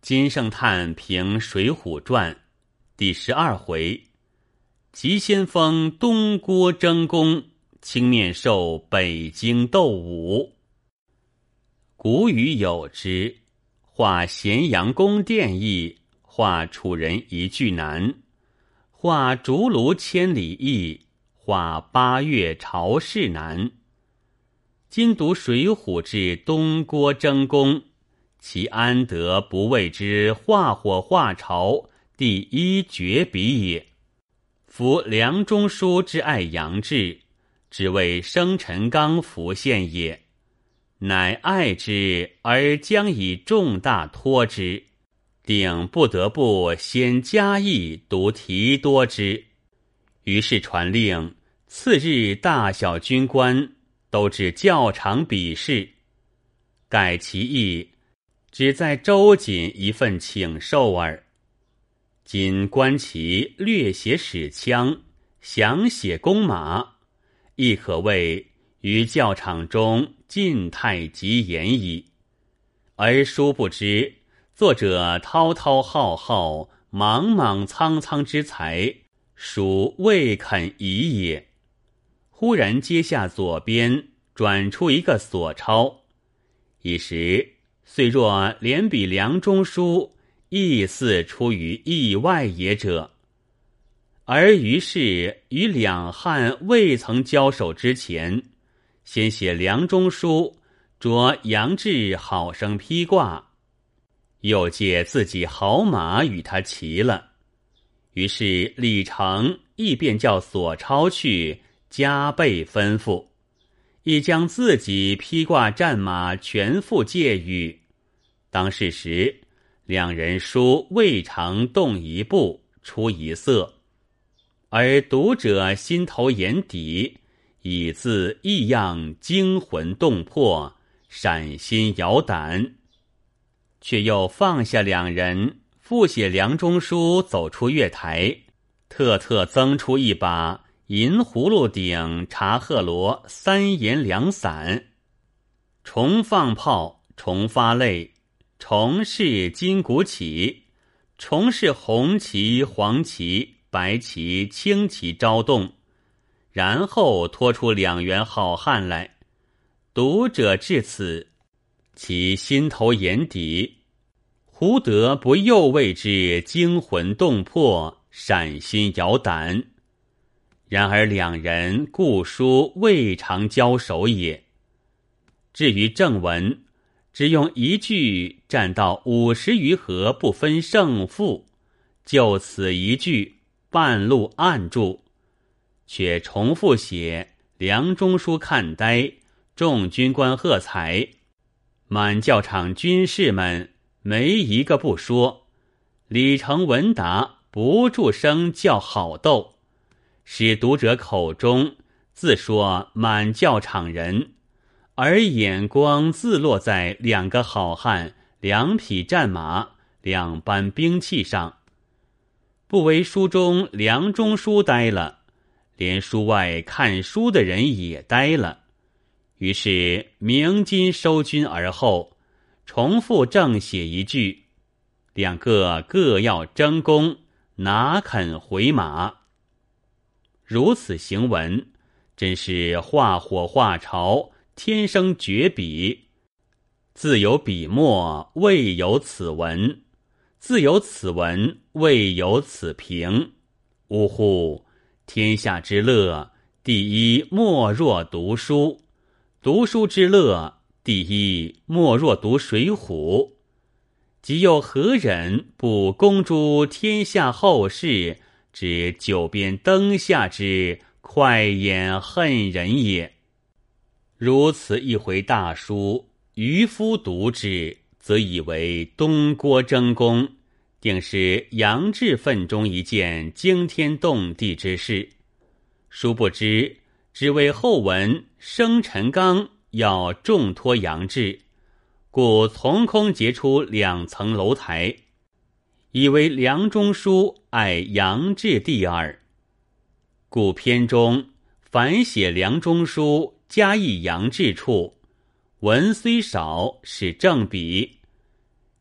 金圣叹评《水浒传》第12回：急先锋东郭争功，青面兽北京斗武。古语有之：画咸阳宫殿易，画楚人一句难；画竹庐千里易，画八月朝事难。今读《水浒》至东郭争功，其安得不谓之画火画朝第一绝笔也？夫梁中书之爱杨志，只为生辰纲浮现也，乃爱之而将以重大托之，定不得不先加意读题多之。于是传令次日大小军官都至教场比试，改其意，只在周瑾一份请授耳。今观其略写史腔，详写弓马，亦可谓于教场中尽态极言矣。而殊不知作者滔滔浩浩、莽莽苍苍之才，属未肯移也。忽然接下左边转出一个所抄，一时虽若连比梁中书，亦似出于意外也者。而于是于两汉未曾交手之前，先写梁中书着杨志好生披挂，又借自己好马与他骑了。于是李成亦便叫所抄去加倍吩咐，亦将自己披挂战马全副借与。当是时，两人书未尝动一步，出一色，而读者心头眼底已自异样惊魂动魄，闪心摇胆，却又放下两人，复写梁中书走出月台，特增出一把银葫芦顶茶鹤罗三言两散，重放炮，重发泪，重是金鼓起，重是红旗黄旗白旗青旗招动，然后拖出两员好汉来。读者至此，其心头眼底胡得不又为之惊魂动魄，闪心摇胆？然而两人故书未尝交手也。至于正文，只用一句战到50余合不分胜负，就此一句半路按住，却重复写梁中书看呆，众军官喝彩，满教场军士们没一个不说，李成文达不住声叫好斗，使读者口中自说满教场人，而眼光自落在两个好汉、2匹战马、2班兵器上。不为书中梁中书呆了，连书外看书的人也呆了。于是鸣金收军而后，重复正写一句，两个各要争功，哪肯回马？如此行文，真是画火画朝，天生绝笔。自有笔墨，未有此文；自有此文，未有此评。呜呼！天下之乐，第一莫若读书；读书之乐，第一莫若读水浒。即又何人不公诸天下后世之九边灯下之快眼恨人也？如此一回大书，渔夫读之，则以为东郭争功定是杨志份中一件惊天动地之事，殊不知只为后文生辰纲要重托杨志，故从空截出2层楼台，以为梁中书爱杨志弟耳。故篇中凡写梁中书加意杨志处，文虽少，是正笔；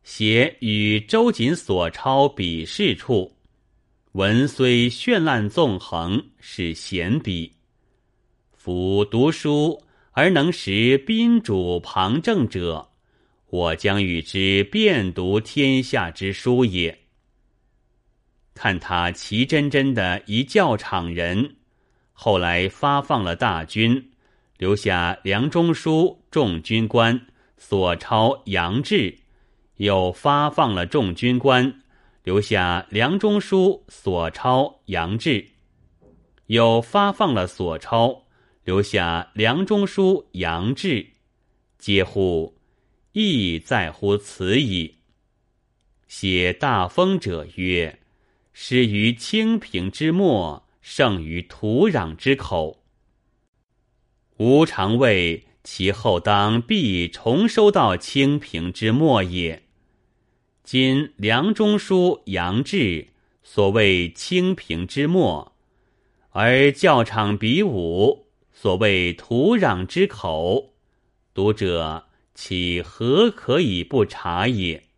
写与周瑾所抄比试处，文虽绚烂纵横，是闲笔。夫读书而能识宾主旁正者，我将与之遍读天下之书也。看他齐真真的一教场人，后来发放了大军，留下梁中书众军官所抄杨志，又发放了众军官，留下梁中书所抄杨志，又发放了所抄，留下梁中书杨志，皆乎意在乎此矣。写大风者曰：失于清平之末，胜于土壤之口。吾常谓其后当必重收到清平之末也。今梁中书杨志所谓清平之末，而教场比武所谓土壤之口，读者岂何可以不察也？